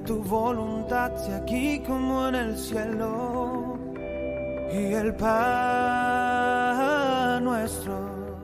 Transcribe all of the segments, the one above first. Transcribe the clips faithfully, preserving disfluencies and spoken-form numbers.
tu voluntad sea aquí como en el cielo, y el pan nuestro.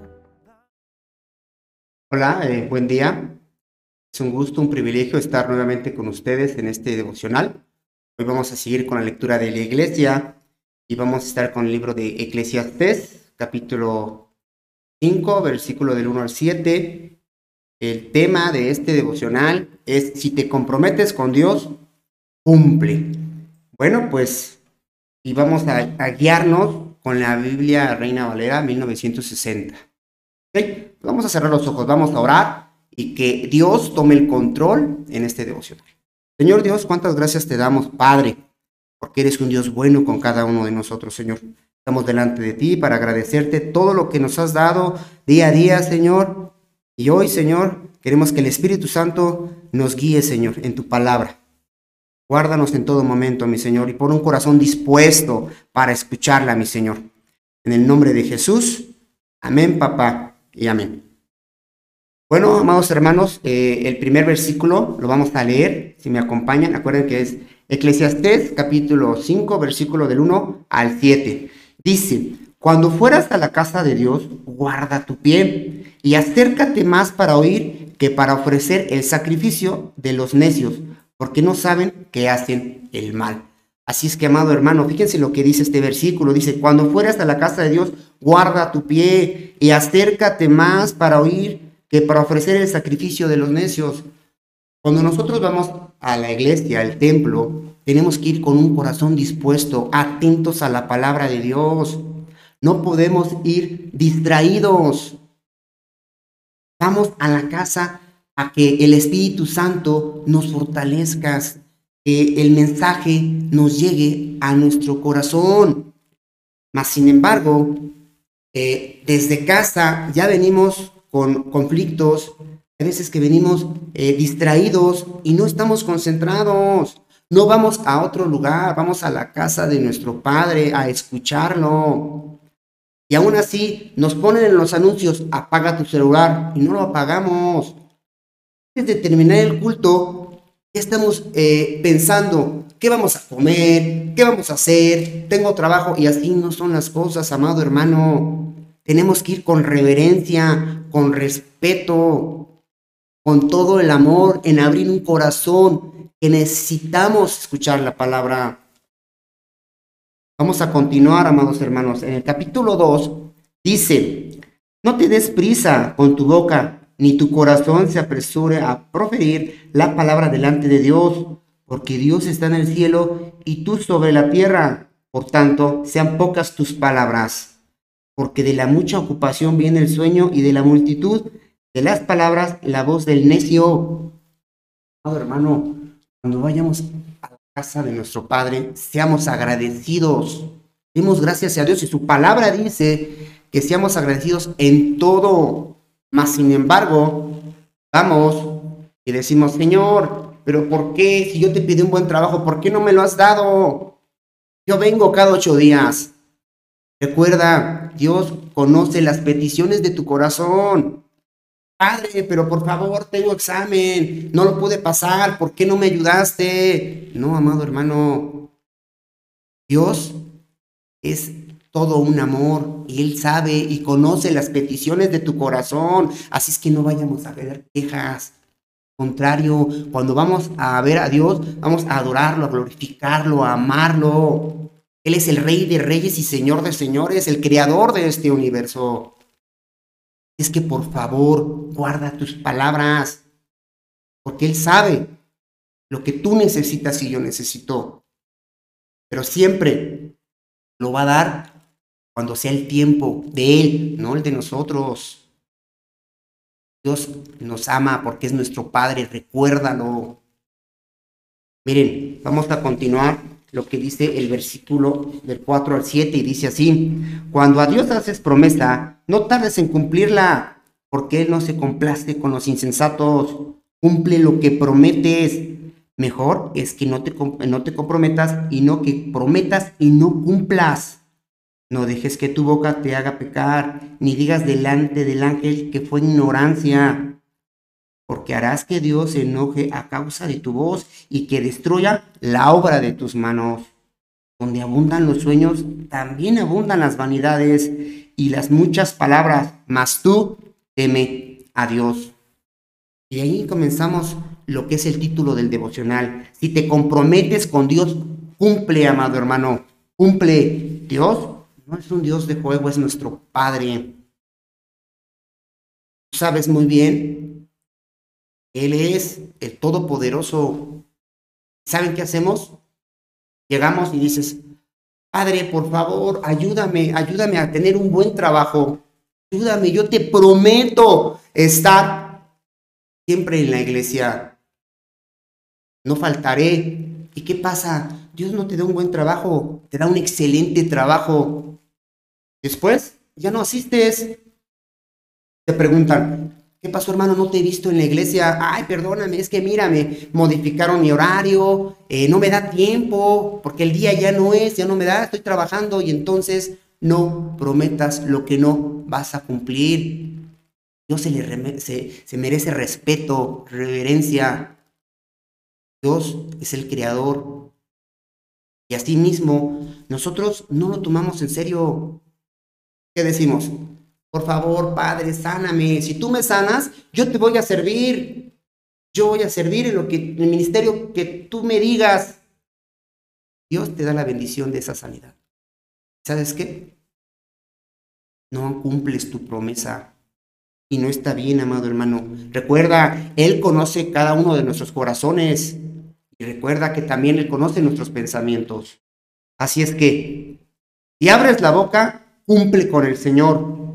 Hola, eh, buen día. Es un gusto, un privilegio estar nuevamente con ustedes en este devocional. Hoy vamos a seguir con la lectura de la Iglesia y vamos a estar con el libro de Eclesiastés, capítulo cinco, versículo del uno al siete. El tema de este devocional es: si te comprometes con Dios, cumple. Bueno, pues, y vamos a, a guiarnos con la Biblia Reina Valera mil novecientos sesenta. ¿Okay? Vamos a cerrar los ojos, vamos a orar y que Dios tome el control en este devocional. Señor Dios, cuántas gracias te damos, Padre, porque eres un Dios bueno con cada uno de nosotros, Señor. Estamos delante de ti para agradecerte todo lo que nos has dado día a día, Señor. Y hoy, Señor, queremos que el Espíritu Santo nos guíe, Señor, en tu palabra. Guárdanos en todo momento, mi Señor, y pon un corazón dispuesto para escucharla, mi Señor. En el nombre de Jesús, amén, papá, y amén. Bueno, amados hermanos, eh, el primer versículo lo vamos a leer, si me acompañan. Acuerden que es Eclesiastés, capítulo cinco, versículo del uno al siete. Dice: cuando fueras a la casa de Dios, guarda tu pie y acércate más para oír que para ofrecer el sacrificio de los necios, porque no saben que hacen el mal. Así es que, amado hermano, fíjense lo que dice este versículo. Dice: cuando fueras a la casa de Dios, guarda tu pie y acércate más para oír que para ofrecer el sacrificio de los necios. Cuando nosotros vamos a la iglesia, al templo, tenemos que ir con un corazón dispuesto, atentos a la palabra de Dios. No podemos ir distraídos. Vamos a la casa a que el Espíritu Santo nos fortalezca, que el mensaje nos llegue a nuestro corazón. Mas, sin embargo, eh, desde casa ya venimos con conflictos. Hay veces que venimos eh, distraídos y no estamos concentrados. No vamos a otro lugar, vamos a la casa de nuestro Padre a escucharlo. Y aún así nos ponen en los anuncios: apaga tu celular, y no lo apagamos. Antes de terminar el culto, ya estamos eh, pensando: ¿qué vamos a comer? ¿Qué vamos a hacer? Tengo trabajo. Y así no son las cosas, amado hermano. Tenemos que ir con reverencia, con respeto, con todo el amor, en abrir un corazón, que necesitamos escuchar la palabra. Vamos a continuar, amados hermanos. En el capítulo dos dice: no te des prisa con tu boca, ni tu corazón se apresure a proferir la palabra delante de Dios, porque Dios está en el cielo y tú sobre la tierra. Por tanto, sean pocas tus palabras, porque de la mucha ocupación viene el sueño, y de la multitud de las palabras la voz del necio. Amado hermano, cuando vayamos a la casa de nuestro Padre, seamos agradecidos. Demos gracias a Dios, y su palabra dice que seamos agradecidos en todo. Mas, sin embargo, vamos y decimos: Señor, ¿pero por qué? Si yo te pedí un buen trabajo, ¿por qué no me lo has dado? Yo vengo cada ocho días. Recuerda, Dios conoce las peticiones de tu corazón. Padre, pero por favor, tengo examen, no lo pude pasar, ¿por qué no me ayudaste? No, amado hermano, Dios es todo un amor y Él sabe y conoce las peticiones de tu corazón. Así es que no vayamos a ver quejas. Al contrario, cuando vamos a ver a Dios, vamos a adorarlo, a glorificarlo, a amarlo. Él es el Rey de reyes y Señor de señores, el creador de este universo. Es que, por favor, guarda tus palabras, porque Él sabe lo que tú necesitas y yo necesito. Pero siempre lo va a dar cuando sea el tiempo de Él, no el de nosotros. Dios nos ama porque es nuestro Padre, recuérdalo. Miren, vamos a continuar lo que dice el versículo del cuatro al siete, y dice así: cuando a Dios haces promesa, no tardes en cumplirla, porque Él no se complace con los insensatos. Cumple lo que prometes. Mejor es que no te, no te comprometas y no que prometas y no cumplas. No dejes que tu boca te haga pecar, ni digas delante del ángel que fue ignorancia. porque harás que Dios se enoje a causa de tu voz y que destruya la obra de tus manos. Donde abundan los sueños, también abundan las vanidades y las muchas palabras, mas tú teme a Dios. Y ahí comenzamos lo que es el título del devocional. Si te comprometes con Dios, cumple, amado hermano, cumple. Dios no es un Dios de juego, es nuestro Padre. Tú sabes muy bien, Él es el Todopoderoso. ¿Saben qué hacemos? Llegamos y dices, Padre, por favor, ayúdame, ayúdame a tener un buen trabajo. Ayúdame, yo te prometo estar siempre en la iglesia. No faltaré. ¿Y qué pasa? Dios no te da un buen trabajo, te da un excelente trabajo. Después, ya no asistes. Te preguntan, ¿qué pasó, hermano? No te he visto en la iglesia. Ay, perdóname, es que mírame, modificaron mi horario, eh, no me da tiempo, porque el día ya no es, ya no me da, estoy trabajando y entonces no prometas lo que no vas a cumplir. Dios se, le se, se merece respeto, reverencia. Dios es el creador. Y así mismo, nosotros no lo tomamos en serio. ¿Qué decimos? Por favor, Padre, sáname. Si tú me sanas, yo te voy a servir. Yo voy a servir en lo que, en el ministerio que tú me digas. Dios te da la bendición de esa sanidad. ¿Sabes qué? No cumples tu promesa. Y no está bien, amado hermano. Recuerda, Él conoce cada uno de nuestros corazones. Y recuerda que también Él conoce nuestros pensamientos. Así es que, si abres la boca, cumple con el Señor.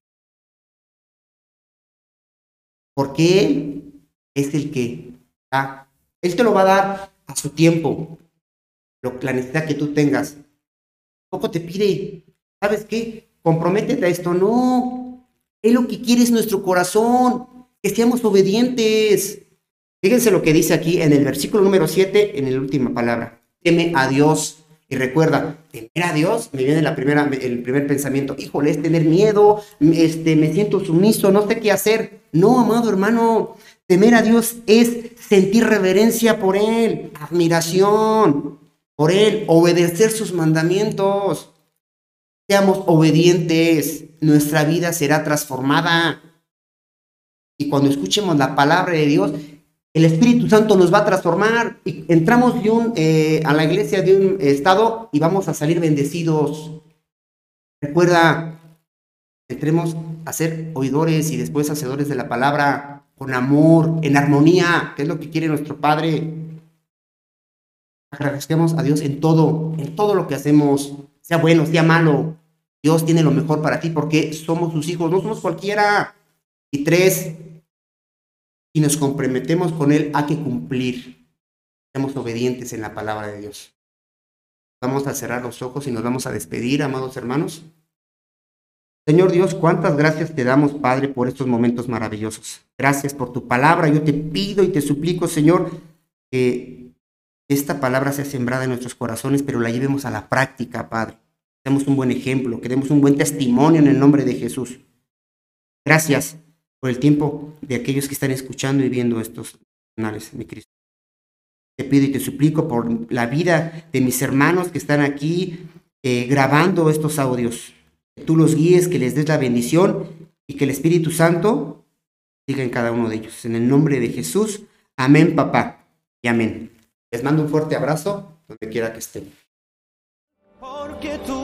Porque Él es el que da. Él te lo va a dar a su tiempo. Lo, la necesidad que tú tengas. Poco te pide, ¿sabes qué? Comprométete a esto. No. Él lo que quiere es nuestro corazón. Que seamos obedientes. Fíjense lo que dice aquí en el versículo número siete, en la última palabra. Teme a Dios. Y recuerda, temer a Dios, me viene la primera, el primer pensamiento, híjole, es tener miedo, este, me siento sumiso, no sé qué hacer. No, amado hermano, temer a Dios es sentir reverencia por Él, admiración por Él, obedecer sus mandamientos. Seamos obedientes, nuestra vida será transformada. Y cuando escuchemos la palabra de Dios, el Espíritu Santo nos va a transformar y entramos de un, eh, a la iglesia de un estado y vamos a salir bendecidos. Recuerda, entremos a ser oidores y después hacedores de la palabra con amor, en armonía, que es lo que quiere nuestro Padre. Agradezcamos a Dios en todo, en todo lo que hacemos, sea bueno, sea malo. Dios tiene lo mejor para ti porque somos sus hijos, no somos cualquiera. Y tres, y nos comprometemos con Él, hay que cumplir. Seamos obedientes en la palabra de Dios. Vamos a cerrar los ojos y nos vamos a despedir, amados hermanos. Señor Dios, cuántas gracias te damos, Padre, por estos momentos maravillosos. Gracias por tu palabra. Yo te pido y te suplico, Señor, que esta palabra sea sembrada en nuestros corazones, pero la llevemos a la práctica, Padre. Demos un buen ejemplo, que demos un buen testimonio en el nombre de Jesús. Gracias por el tiempo de aquellos que están escuchando y viendo estos canales, mi Cristo. Te pido y te suplico por la vida de mis hermanos que están aquí eh, grabando estos audios. Que tú los guíes, que les des la bendición y que el Espíritu Santo siga en cada uno de ellos. En el nombre de Jesús, amén, papá, y amén. Les mando un fuerte abrazo donde quiera que estén. Porque tú